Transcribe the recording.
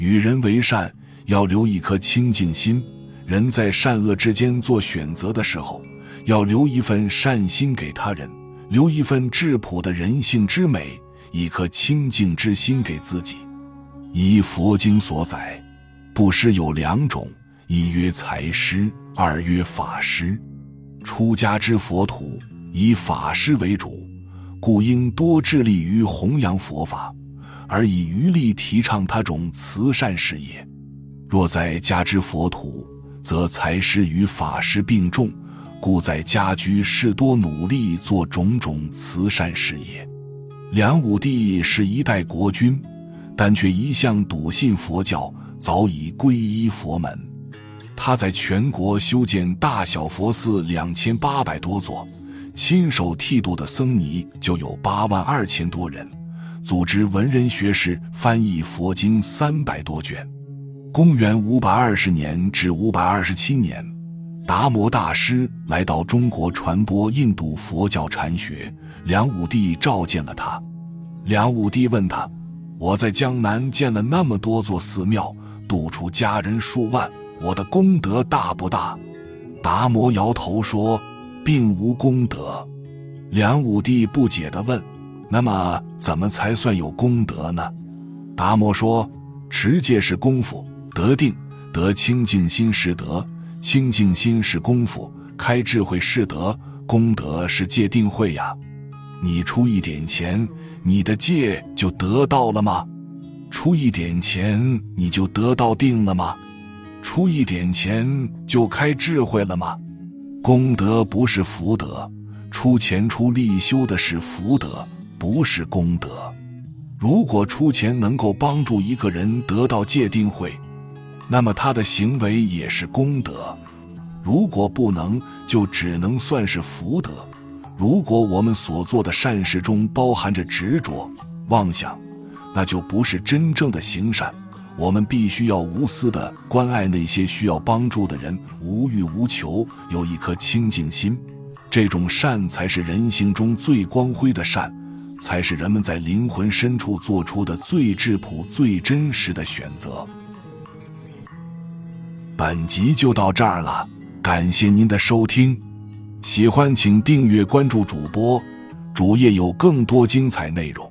与人为善，要留一颗清净心。人在善恶之间做选择的时候，要留一份善心给他人，留一份质朴的人性之美，一颗清净之心给自己。依佛经所载，布施有2种，一曰财施，二曰法施。出家之佛徒以法施为主，故应多致力于弘扬佛法，而以余力提倡他种慈善事业。若在家之佛徒，则财施与法施并重，故在家居适多努力做种种慈善事业。梁武帝是一代国君，但却一向笃信佛教，早已皈依佛门。他在全国修建大小佛寺2800多座，亲手剃度的僧尼就有82000多人，组织文人学士翻译佛经300多卷。公元520年至527年，达摩大师来到中国传播印度佛教禅学，梁武帝召见了他。梁武帝问他：我在江南建了那么多座寺庙，度出家人数万，我的功德大不大？达摩摇头说：并无功德。梁武帝不解地问：那么怎么才算有功德呢？达摩说：持戒是功夫，得定，得清净心是德，清净心是功夫，开智慧是德，功德是戒定慧呀。你出一点钱，你的戒就得到了吗？出一点钱，你就得到定了吗？出一点钱就开智慧了吗？功德不是福德，出钱出力修的是福德，不是功德。如果出钱能够帮助一个人得到戒定慧，那么他的行为也是功德；如果不能，就只能算是福德。如果我们所做的善事中包含着执着、妄想，那就不是真正的行善。我们必须要无私地关爱那些需要帮助的人，无欲无求，有一颗清净心。这种善才是人性中最光辉的善，才是人们在灵魂深处做出的最质朴、最真实的选择。本集就到这儿了，感谢您的收听。喜欢请订阅关注主播，主页有更多精彩内容。